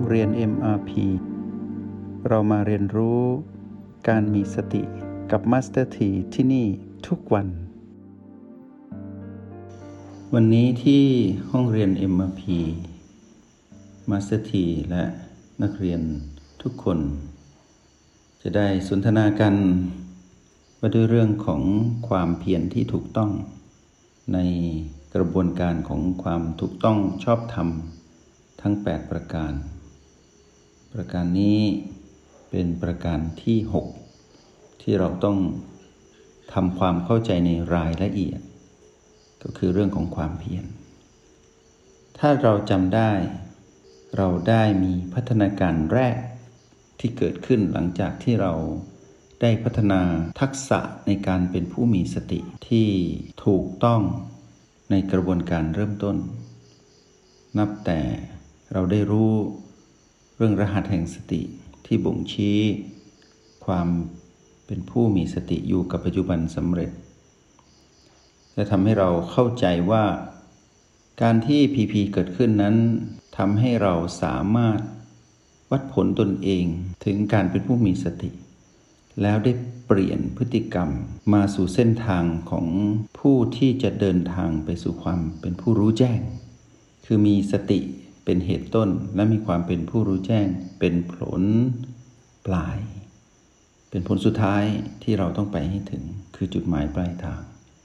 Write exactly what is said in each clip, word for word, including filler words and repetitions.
เรียน เอ็ม อาร์ พี เรามาเรียนรู้การมีสติกับ Master T ที่นี่ทุกวันวันนี้ที่ห้องเรียน เอ็ม อาร์ พี Master T และนักเรียนทุกคนจะได้สนทนากันว่าด้วยเรื่องของความเพียรที่ถูกต้องในกระบวนการของความถูกต้องชอบธรรมทั้งแปดประการประการนี้เป็นประการที่หกที่เราต้องทำความเข้าใจในรายละเอียดก็คือเรื่องของความเพียรถ้าเราจำได้เราได้มีพัฒนาการแรกที่เกิดขึ้นหลังจากที่เราได้พัฒนาทักษะในการเป็นผู้มีสติที่ถูกต้องในกระบวนการเริ่มต้นนับแต่เราได้รู้เรื่องรหัสแห่งสติที่บ่งชี้ความเป็นผู้มีสติอยู่กับปัจจุบันสำเร็จและทำให้เราเข้าใจว่าการที่ พี พี เกิดขึ้นนั้นทำให้เราสามารถวัดผลตนเองถึงการเป็นผู้มีสติแล้วได้เปลี่ยนพฤติกรรมมาสู่เส้นทางของผู้ที่จะเดินทางไปสู่ความเป็นผู้รู้แจ้งคือมีสติเป็นเหตุต้นและมีความเป็นผู้รู้แจ้งเป็นผลปลายเป็นผลสุดท้ายที่เราต้องไปให้ถึงคือจุดหมายปลายทาง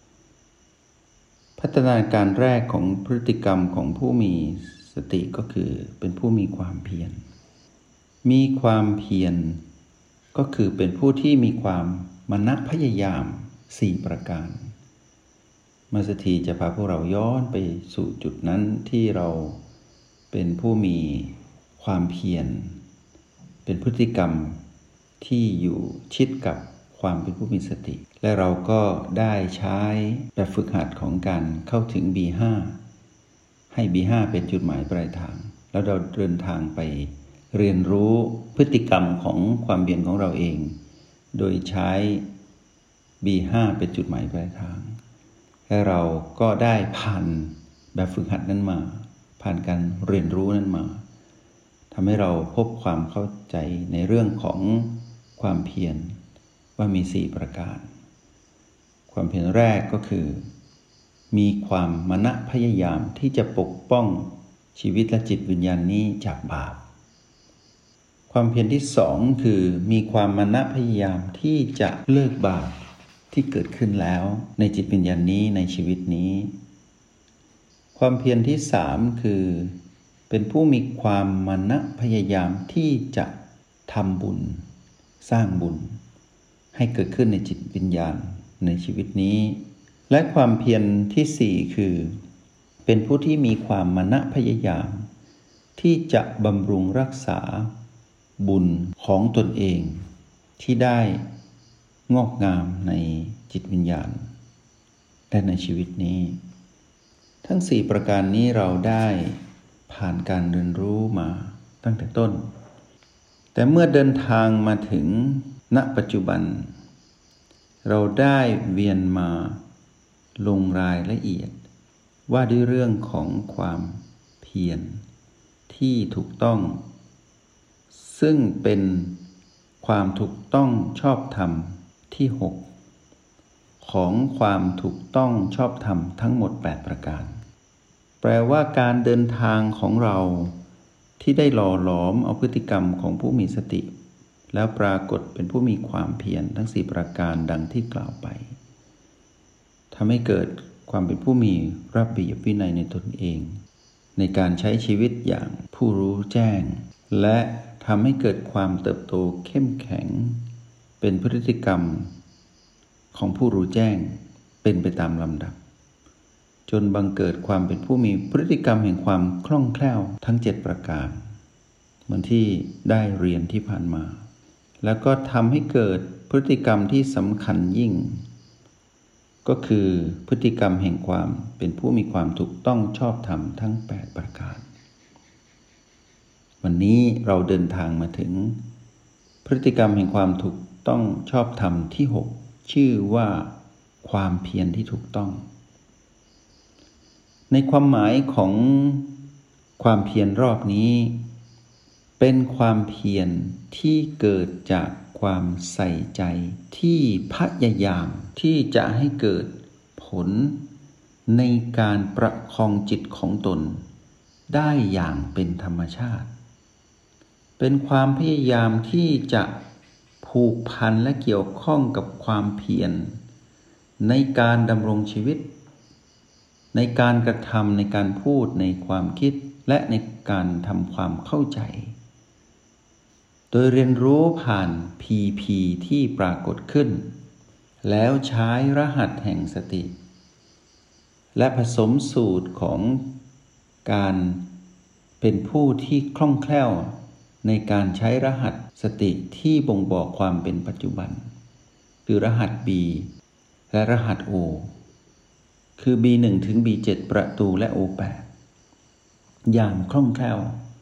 พัฒนาการแรกของพฤติกรรมของผู้มีสติก็คือเป็นผู้มีความเพียรมีความเพียรก็คือเป็นผู้ที่มีความมณพยายามสี่ประการมาสถีจะพาพวกเราย้อนไปสู่จุดนั้นที่เราเป็นผู้มีความเพียรเป็นพฤติกรรมที่อยู่ชิดกับความเป็นผู้มีสติและเราก็ได้ใช้แบบฝึกหัดของการเข้าถึง บี ห้า ให้ บี ห้า เป็นจุดหมายปลายทางแล้วเราเดินทางไปเรียนรู้พฤติกรรมของความเพียรของเราเองโดยใช้ บี ห้า เป็นจุดหมายปลายทางและเราก็ได้ผ่านแบบฝึกหัดนั้นมาผ่านการเรียนรู้นั้นมาทำให้เราพบความเข้าใจในเรื่องของความเพียรว่ามีสี่ประการความเพียรแรกก็คือมีความมณพยายามที่จะปกป้องชีวิตและจิตวิญญาณนี้จากบาปความเพียรที่สองคือมีความมณพยายามที่จะเลิกบาปที่เกิดขึ้นแล้วในจิตวิญญาณนี้ในชีวิตนี้ความเพียรที่สามคือเป็นผู้มีความมณพยายามที่จะทำบุญสร้างบุญให้เกิดขึ้นในจิตวิญญาณในชีวิตนี้และความเพียรที่สี่คือเป็นผู้ที่มีความมณพยายามที่จะบำรุงรักษาบุญของตนเองที่ได้งอกงามในจิตวิญญาณและในชีวิตนี้ทั้งสี่ประการนี้เราได้ผ่านการเรียนรู้มาตั้งแต่ต้นแต่เมื่อเดินทางมาถึงณปัจจุบันเราได้เวียนมาลงรายละเอียดว่าด้วยเรื่องของความเพียรที่ถูกต้องซึ่งเป็นความถูกต้องชอบธรรมที่หกของความถูกต้องชอบธรรมทั้งหมดแปดประการแปลว่าการเดินทางของเราที่ได้หล่อหลอมเอาพฤติกรรมของผู้มีสติแล้วปรากฏเป็นผู้มีความเพียรทั้งสี่ประการดังที่กล่าวไปทำให้เกิดความเป็นผู้มีระเบียบวินัยในตนเองในการใช้ชีวิตอย่างผู้รู้แจ้งและทำให้เกิดความเติบโตเข้มแข็งเป็นพฤติกรรมของผู้รู้แจ้งเป็นไปตามลำดับจนบังเกิดความเป็นผู้มีพฤติกรรมแห่งความคล่องแคล่วทั้งเจ็ดประการเหมือนที่ได้เรียนที่ผ่านมาแล้วก็ทำให้เกิดพฤติกรรมที่สำคัญยิ่งก็คือพฤติกรรมแห่งความเป็นผู้มีความถูกต้องชอบธรรมทั้งแปดประการวันนี้เราเดินทางมาถึงพฤติกรรมแห่งความถูกต้องชอบธรรมที่หกชื่อว่าความเพียรที่ถูกต้องในความหมายของความเพียรรอบนี้ เเป็นความเพียรที่เกิดจากความใส่ใจที่พยายามที่จะให้เกิดผลในการประคองจิตของตนได้อย่างเป็นธรรมชาติเป็นความพยายามที่จะผูกพันและเกี่ยวข้องกับความเพียรในการดำรงชีวิตในการกระทำในการพูดในความคิดและในการทำความเข้าใจโดยเรียนรู้ผ่าน พี พี ที่ปรากฏขึ้นแล้วใช้รหัสแห่งสติและผสมสูตรของการเป็นผู้ที่คล่องแคล่วในการใช้รหัสสติที่บ่งบอกความเป็นปัจจุบันคือรหัส B และรหัส O คือ บี หนึ่ง ถึง บี เจ็ด ประตูและ โอ แปด อย่างคล่องแคล่ว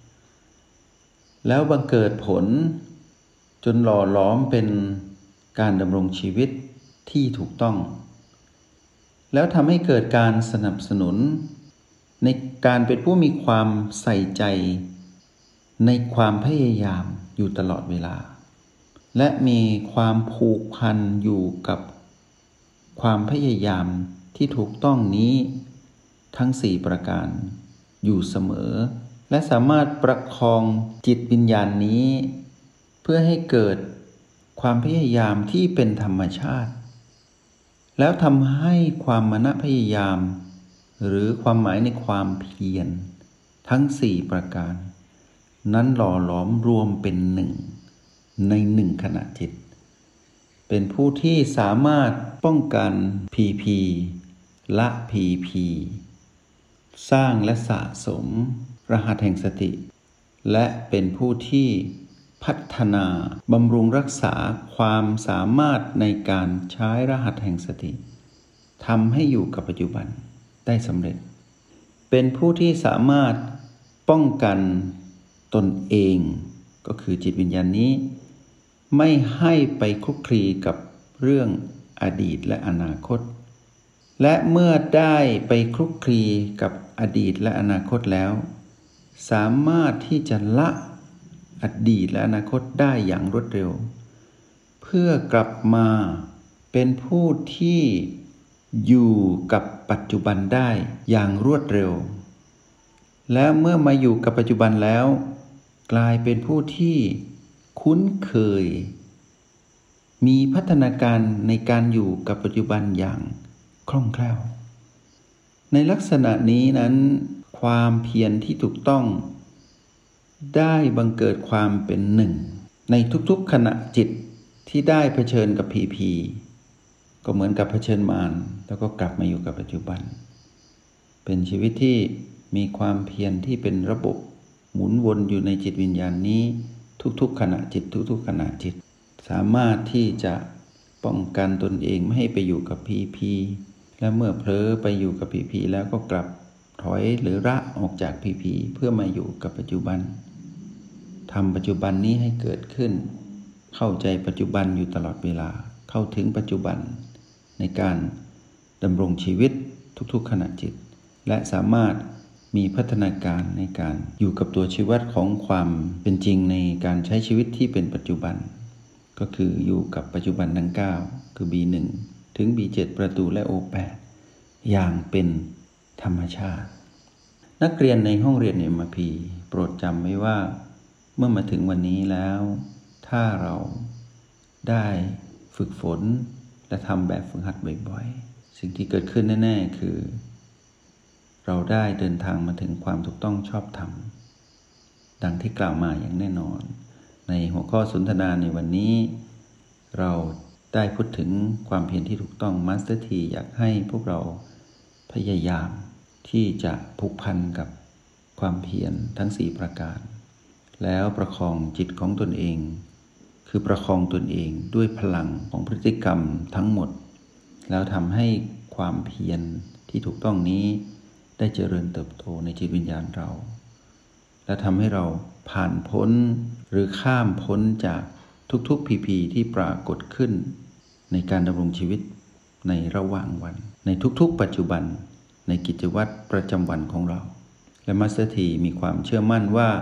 แล้วบังเกิดผลจนหล่อหลอมเป็นการดำรงชีวิตที่ถูกต้องแล้วทำให้เกิดการสนับสนุนในการเป็นผู้มีความใส่ใจในความพยายามอยู่ตลอดเวลาและมีความผูกพันอยู่กับความพยายามที่ถูกต้องนี้ทั้งสี่ประการอยู่เสมอและสามารถประคองจิตวิญญาณนี้เพื่อให้เกิดความพยายามที่เป็นธรรมชาติแล้วทำให้ความมณพยายามหรือความหมายในความเพียรทั้งสี่ประการนั้นหล่อหลอมรวมเป็นหนึ่งในหนึ่งขณะจิตเป็นผู้ที่สามารถป้องกัน พี พี ละ พี พี สร้างและสะสมรหัสแห่งสติและเป็นผู้ที่พัฒนาบำรุงรักษาความสามารถในการใช้รหัสแห่งสติทำให้อยู่กับปัจจุบันได้สำเร็จเป็นผู้ที่สามารถป้องกันตนเองก็คือจิตวิญญาณนี้ไม่ให้ไปคลุกคลีกับเรื่องอดีตและอนาคตและเมื่อได้ไปคลุกคลีกับอดีตและอนาคตแล้วสามารถที่จะละอดีตและอนาคตได้อย่างรวดเร็วเพื่อกลับมาเป็นผู้ที่อยู่กับปัจจุบันได้อย่างรวดเร็วและเมื่อมาอยู่กับปัจจุบันแล้วกลายเป็นผู้ที่คุ้นเคยมีพัฒนาการในการอยู่กับปัจจุบันอย่างคล่องแคล่วในลักษณะนี้นั้นความเพียรที่ถูกต้องได้บังเกิดความเป็นหนึ่งในทุกๆขณะจิตที่ได้เผชิญกับ พี พี ก็เหมือนกับเผชิญมารแล้วก็กลับมาอยู่กับปัจจุบันเป็นชีวิตที่มีความเพียรที่เป็นระบบหมุนวนอยู่ในจิตวิญญาณนี้ทุกๆขณะจิตทุกๆขณะจิตสามารถที่จะป้องกันตนเองไม่ให้ไปอยู่กับ พี พี และเมื่อเผลอไปอยู่กับ พี พี แล้วก็กลับถอยหรือละออกจาก พี พี เพื่อมาอยู่กับปัจจุบันทำปัจจุบันนี้ให้เกิดขึ้นเข้าใจปัจจุบันอยู่ตลอดเวลาเข้าถึงปัจจุบันในการดำรงชีวิตทุกๆขณะจิตและสามารถมีพัฒนาการในการอยู่กับตัวชีวิตของความเป็นจริงในการใช้ชีวิตที่เป็นปัจจุบันก็คืออยู่กับปัจจุบันทั้งเก้าคือ บี หนึ่ง ถึง บี เจ็ด ประตูและ โอ แปด อย่างเป็นธรรมชาตินักเรียนในห้องเรียน เอ็ม อาร์ พี โปรดจำไว้ว่าเมื่อมาถึงวันนี้แล้วถ้าเราได้ฝึกฝนและทำแบบฝึกหัดบ่อยๆสิ่งที่เกิดขึ้นแน่ๆคือเราได้เดินทางมาถึงความถูกต้องชอบธรรมดังที่กล่าวมาอย่างแน่นอนในหัวข้อสนทนาในวันนี้เราได้พูดถึงความเพียรที่ถูกต้องมาสเตอร์ทีอยากให้พวกเราพยายามที่จะผูกพันกับความเพียรทั้งสี่ประการแล้วประคองจิตของตนเองคือประคองตนเองด้วยพลังของพฤติกรรมทั้งหมดแล้วทำให้ความเพียรที่ถูกต้องนี้ได้เจริญเติบโตในจิตวิญญาณเราและทำให้เราผ่านพ้นหรือข้ามพ้นจากทุกๆ พี พี ที่ปรากฏขึ้นในการดำรงชีวิตในระหว่างวันในทุกๆปัจจุบันในกิจวัตรประจำวันของเราและมาสเตอร์ทีมีความเชื่อมั่นว่า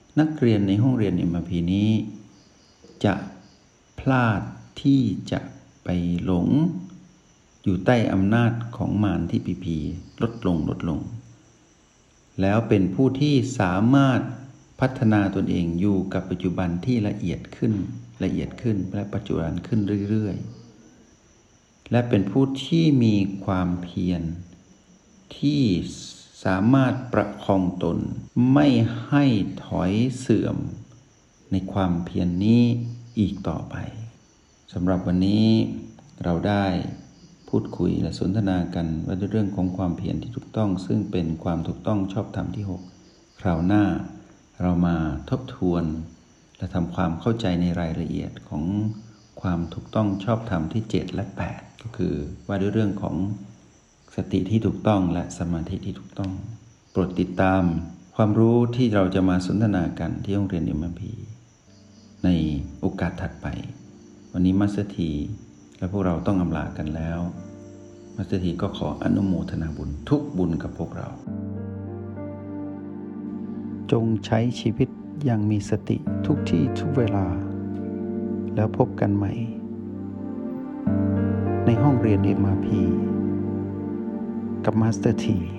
นักเรียนในห้องเรียน เอ็ม อาร์ พี นี้จะพลาดที่จะไปหลงอยู่ใต้อำนาจของมารที่พีพีลดลงลดลงแล้วเป็นผู้ที่สามารถพัฒนาตนเองอยู่กับปัจจุบันที่ละเอียดขึ้นละเอียดขึ้นและปัจจุบันขึ้นเรื่อยๆและเป็นผู้ที่มีความเพียรที่สามารถประคองตนไม่ให้ถอยเสื่อมในความเพียร น, นี้อีกต่อไปสำหรับวันนี้เราได้พูดคุยและสนทนากันว่าด้วยเรื่องของความเพียรที่ถูกต้องซึ่งเป็นความถูกต้องชอบธรรมที่หกคราวหน้าเรามาทบทวนและทำความเข้าใจในรายละเอียดของความถูกต้องชอบธรรมที่เจ็ดและแปดก็คือว่าด้วยเรื่องของสติที่ถูกต้องและสมาธิที่ถูกต้องโปรดติดตามความรู้ที่เราจะมาสนทนากันที่ห้องเรียน เอ็ม อาร์ พี ในโอกาสถัดไปวันนี้มัสเตอร์ทีและพวกเราต้องอำลากันแล้วมัสเตอร์ทีก็ขออนุโมทนาบุญทุกบุญกับพวกเราจงใช้ชีวิตอย่างมีสติทุกที่ทุกเวลาแล้วพบกันใหม่ในห้องเรียน เอ็ม อาร์ พี กับมาสเตอร์ที